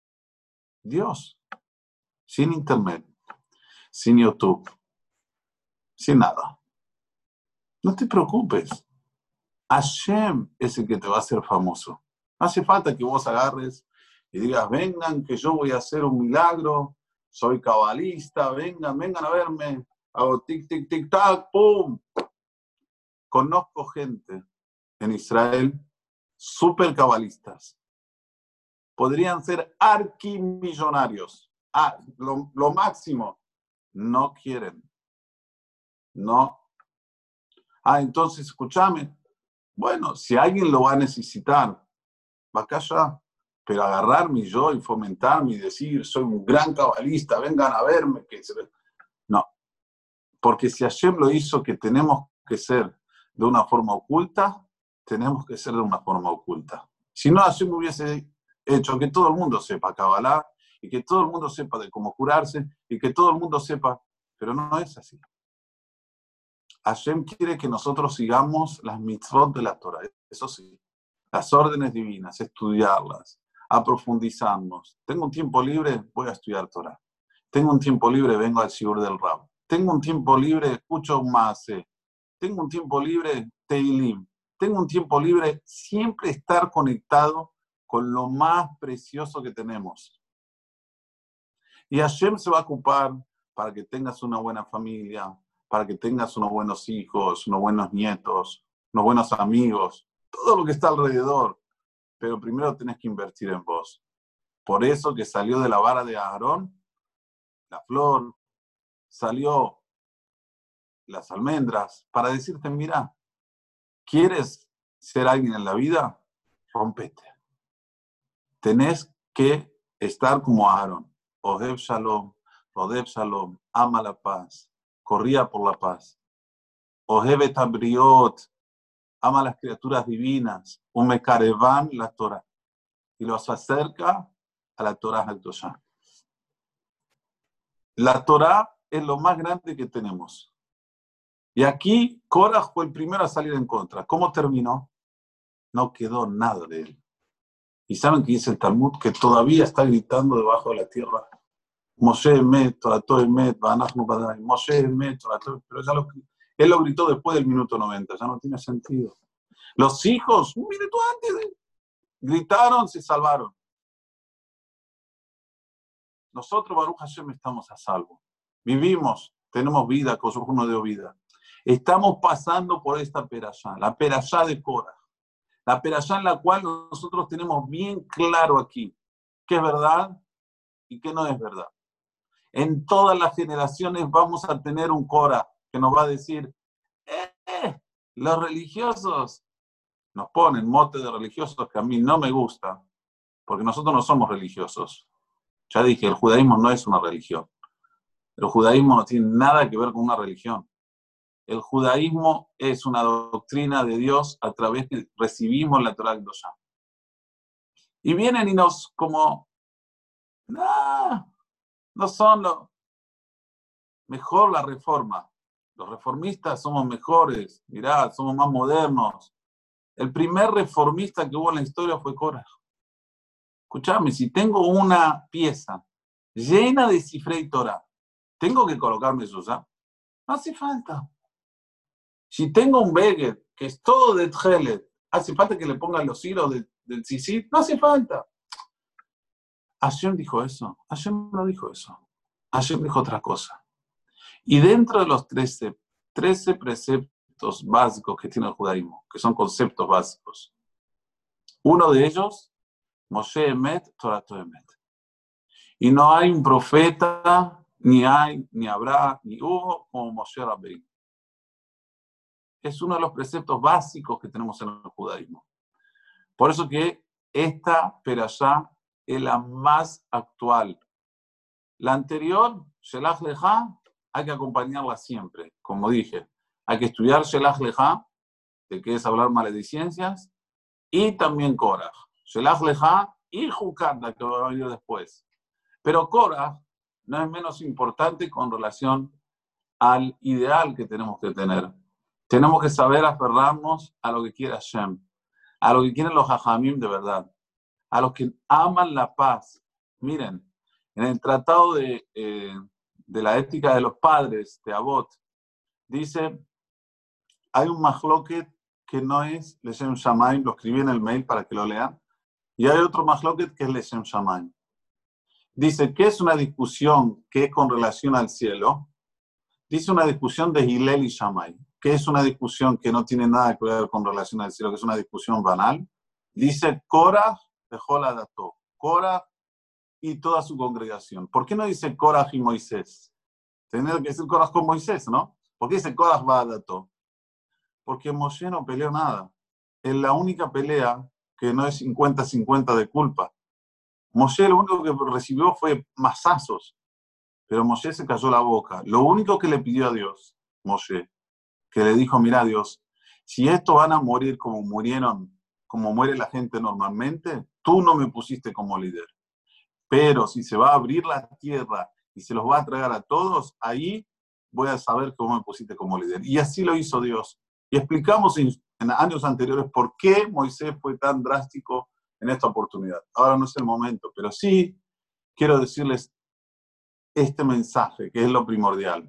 Dios. Sin internet, sin YouTube, sin nada. No te preocupes. Hashem es el que te va a hacer famoso. No hace falta que vos agarres y digas, vengan que yo voy a hacer un milagro, soy cabalista, vengan, vengan a verme, hago tic, tic, tic, tac, pum. Conozco gente en Israel, súper cabalistas. Podrían ser arquimillonarios. Ah, lo, lo máximo. No quieren. No. Ah, entonces, escúchame. Bueno, si alguien lo va a necesitar, va acá ya. Pero agarrarme yo y fomentarme y decir, soy un gran cabalista, vengan a verme. Que se... No. Porque si Hashem lo hizo que tenemos que ser de una forma oculta, tenemos que ser de una forma oculta. Si no, Hashem hubiese hecho que todo el mundo sepa Kabbalah y que todo el mundo sepa de cómo curarse y que todo el mundo sepa, pero no es así. Hashem quiere que nosotros sigamos las mitzvot de la Torah, eso sí, las órdenes divinas, estudiarlas, aprofundizarnos. Tengo un tiempo libre, voy a estudiar Torah. Tengo un tiempo libre, vengo al shiur del Rab. Tengo un tiempo libre, escucho un Maaseh. Tengo un tiempo libre, Teilim. Tengo un tiempo libre, siempre estar conectado con lo más precioso que tenemos. Y Hashem se va a ocupar para que tengas una buena familia, para que tengas unos buenos hijos, unos buenos nietos, unos buenos amigos, todo lo que está alrededor. Pero primero tenés que invertir en vos. Por eso que salió de la vara de Aarón, la flor, salió las almendras, para decirte, mira, ¿quieres ser alguien en la vida? Rompete. Tenés que estar como Aarón. Oheb Shalom, Rodeb Shalom, ama la paz, corría por la paz. Oheb et Abriot, ama las criaturas divinas. Umekarevan la Torah. Y los acerca a la Torah Hakdoshá. La Torah es lo más grande que tenemos. Y aquí Korah fue el primero a salir en contra. ¿Cómo terminó? No quedó nada de él. Y saben que dice el Talmud que todavía está gritando debajo de la tierra. Moshe Emet, Torato Emet, Banachnu Badai. Moshe Emet, Torato. Pero ya lo, él lo gritó después del minuto noventa. Ya no tiene sentido. Los hijos, un minuto antes, gritaron, se salvaron. Nosotros, Baruch Hashem, estamos a salvo. Vivimos, tenemos vida, con uno de vida. Estamos pasando por esta perashá, la perashá de Korah. La perashá en la cual nosotros tenemos bien claro aquí qué es verdad y qué no es verdad. En todas las generaciones vamos a tener un Korah que nos va a decir, eh, eh, los religiosos nos ponen mote de religiosos que a mí no me gusta, porque nosotros no somos religiosos. Ya dije, el judaísmo no es una religión. El judaísmo no tiene nada que ver con una religión. El judaísmo es una doctrina de Dios a través que recibimos la Torah Kedoshá. Y vienen y nos como, nah, no son lo mejor la reforma. Los reformistas somos mejores, mirá, somos más modernos. El primer reformista que hubo en la historia fue Korah. Escuchame, si tengo una pieza llena de Sifrei Torah, ¿tengo que colocarme Zuzá? No hace falta. Si tengo un Beged que es todo de Tchelet, ¿hace falta que le pongan los hilos de, del Tzitzit? No hace falta. Hashem dijo eso. Hashem no dijo eso. Hashem dijo otra cosa. Y dentro de los trece, trece preceptos básicos que tiene el judaísmo, que son conceptos básicos, uno de ellos, Moshe Emet, Torah Emet. Y no hay un profeta, ni hay, ni habrá, ni hubo como Moshe Rabbeinu. es uno de los preceptos básicos que tenemos en el judaísmo. Por eso que esta perashá es la más actual. La anterior, Shelach Leja, hay que acompañarla siempre, como dije. Hay que estudiar Shelach Leja, de que es hablar maledicencias, y también Korah. Shelach Leja y Jukat, la que va a venir después. Pero Korah no es menos importante con relación al ideal que tenemos que tener. Tenemos que saber aferrarnos a lo que quiere Hashem, a lo que quieren los hajamim de verdad, a los que aman la paz. Miren, en el tratado de, eh, de la ética de los padres, de Avot, dice, hay un mahloket que no es Leshem Shamayim, lo escribí en el mail para que lo lean, y hay otro mahloket que es Leshem Shamayim. Dice, ¿qué es una discusión que es con relación al cielo? Dice una discusión de Hillel y Shammai, que es una discusión que no tiene nada que ver con relación al cielo, que es una discusión banal. Dice Korah dejó la dató, Korah y toda su congregación. ¿Por qué no dice Korah y Moisés? Tendría que decir Korah con Moisés, ¿no? ¿Por qué dice Korah va a dató? Porque Moshe no peleó nada. Es la única pelea que no es cincuenta cincuenta de culpa. Moshe lo único que recibió fue mazazos. Pero Moshe se cayó la boca. Lo único que le pidió a Dios, Moshe, que le dijo, mira Dios, si estos van a morir como murieron, como muere la gente normalmente, tú no me pusiste como líder. Pero si se va a abrir la tierra y se los va a tragar a todos, ahí voy a saber cómo me pusiste como líder. Y así lo hizo Dios. Y explicamos en, en años anteriores por qué Moisés fue tan drástico en esta oportunidad. Ahora no es el momento, pero sí quiero decirles este mensaje, que es lo primordial.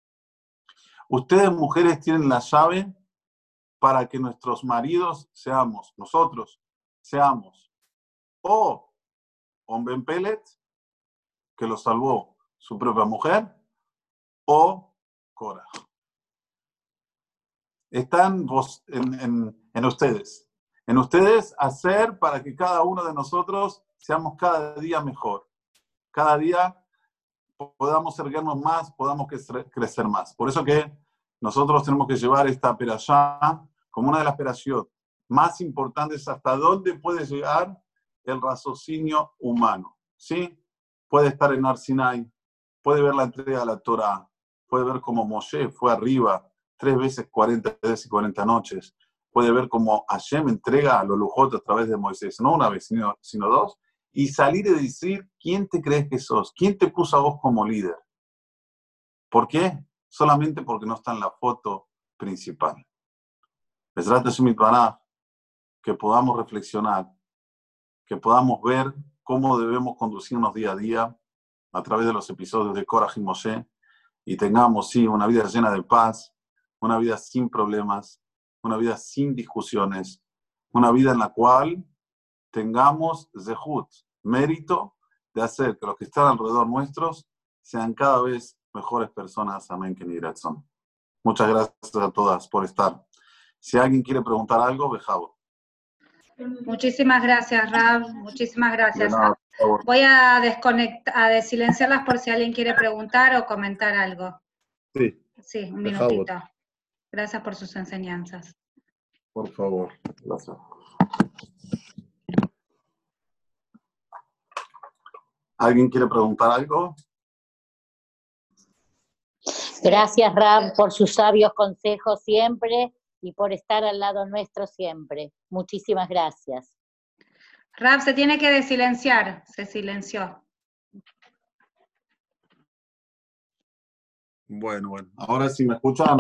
Ustedes, mujeres, tienen la llave para que nuestros maridos seamos, nosotros, seamos, o Omben Pelet, que lo salvó su propia mujer, o Korah. Están vos, en, en, en ustedes. En ustedes hacer para que cada uno de nosotros seamos cada día mejor. Cada día podamos erguernos más, podamos crecer más. Por eso que nosotros tenemos que llevar esta perashá como una de las perashot más importantes hasta dónde puede llegar el raciocinio humano. ¿Sí? Puede estar en Har Sinai, puede ver la entrega de la Torah, puede ver cómo Moshe fue arriba tres veces, cuarenta veces y cuarenta noches, puede ver cómo Hashem entrega a los lujotes a través de Moisés, no una vez, sino, sino dos, y salir y decir, ¿quién te crees que sos? ¿Quién te puso a vos como líder? ¿Por qué? Solamente porque no está en la foto principal. Besrat Hashem Yitbaraj, que podamos reflexionar, que podamos ver cómo debemos conducirnos día a día a través de los episodios de Korah y Moshe, y tengamos, sí, una vida llena de paz, una vida sin problemas, una vida sin discusiones, una vida en la cual tengamos zehut, mérito de hacer que los que están alrededor nuestros sean cada vez mejores personas. Amén, que ni razón. Muchas gracias a todas por estar. Si alguien quiere preguntar algo, Bejabo. Muchísimas gracias, Rab. Muchísimas gracias. Nada, voy a desconectar, a desilenciarlas por si alguien quiere preguntar o comentar algo. Sí. Sí, un Bejabo. minutito. Gracias por sus enseñanzas. Por favor. Gracias. ¿Alguien quiere preguntar algo? Gracias, Rab, por sus sabios consejos siempre y por estar al lado nuestro siempre. Muchísimas gracias. Rab, se tiene que desilenciar. Se silenció. Bueno, bueno. Ahora sí me escuchan.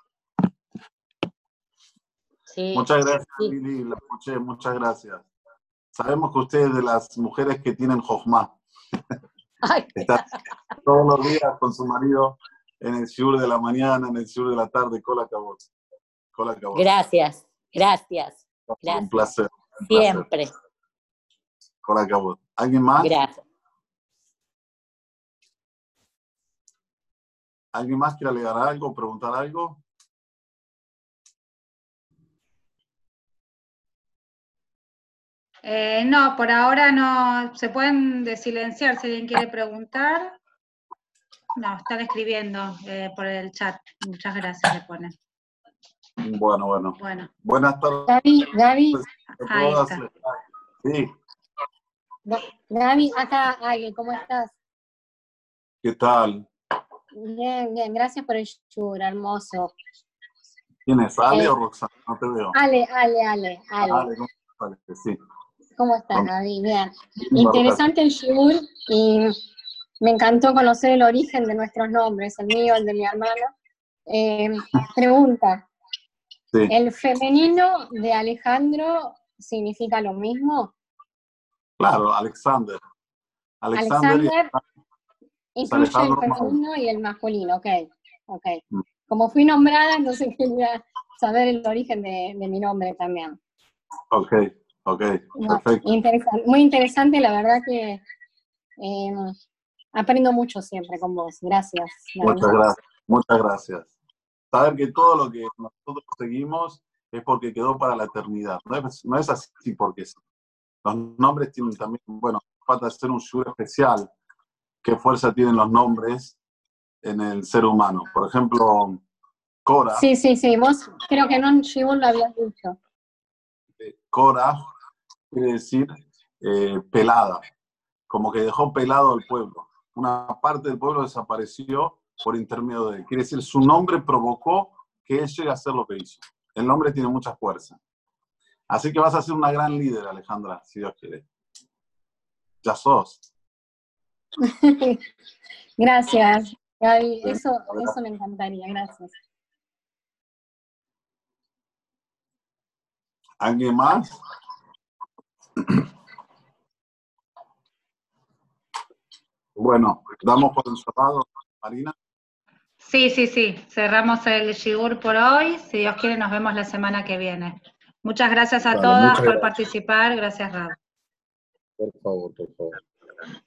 Sí, muchas gracias, sí. Lili. La escuché. Muchas gracias. Sabemos que usted es de las mujeres que tienen jochma. Está todos los días con su marido en el shiur de la mañana, en el shiur de la tarde, cola cabot. Cola cabot. Gracias, gracias. gracias. Un placer. Un Siempre. placer. Cola cabot. ¿Alguien más? Gracias. ¿Alguien más quiere alegar algo, preguntar algo? Eh, no, por ahora no. ¿Se pueden desilenciar si alguien quiere preguntar? No, están escribiendo eh, por el chat. Muchas gracias, le ponen. Bueno, bueno. Bueno. Buenas tardes. Gaby, Gaby. Ahí está. Sí. Gaby, acá Ale, ¿cómo estás? ¿Qué tal? Bien, bien, gracias por el shur, hermoso. ¿Quién es? ¿Ale eh, o Roxana? No te veo. Ale, Ale, Ale, Ale. Ale, ¿cómo estás? Sí. ¿Cómo estás, Gaby? Bien. Bien, Interesante el shur y me encantó conocer el origen de nuestros nombres, el mío, el de mi hermano. Eh, pregunta, sí. ¿el femenino de Alejandro significa lo mismo? Claro, Alexander. Alexander, Alexander y incluye el Alejandro femenino y el masculino, ok, ok. Mm. Como fui nombrada, entonces quería saber el origen de, de mi nombre también. Ok, ok, No, perfecto. interesante, muy interesante, la verdad que eh, aprendo mucho siempre con vos, gracias. Muchas gracias, muchas gracias. Saber que todo lo que nosotros seguimos es porque quedó para la eternidad, no es, no es así porque sí. Los nombres tienen también, bueno, falta hacer un shur especial. ¿Qué fuerza tienen los nombres en el ser humano? Por ejemplo, Cora. Sí, sí, sí, vos creo que no, si vos lo habías dicho. Eh, Cora quiere decir eh, pelada, como que dejó pelado al pueblo. Una parte del pueblo desapareció por intermedio de él. Quiere decir, su nombre provocó que él llegue a hacer lo que hizo. El nombre tiene mucha fuerza. Así que vas a ser una gran líder, Alejandra, si Dios quiere. Ya sos. Gracias, Gaby, eso, eso me encantaría, gracias. ¿Alguien más? Bueno, damos por encerrado, Marina. Sí, sí, sí. Cerramos el shiur por hoy. Si Dios quiere, nos vemos la semana que viene. Muchas gracias a Dale, todas muchas por gracias. participar. Gracias, Rab. Por favor, por favor.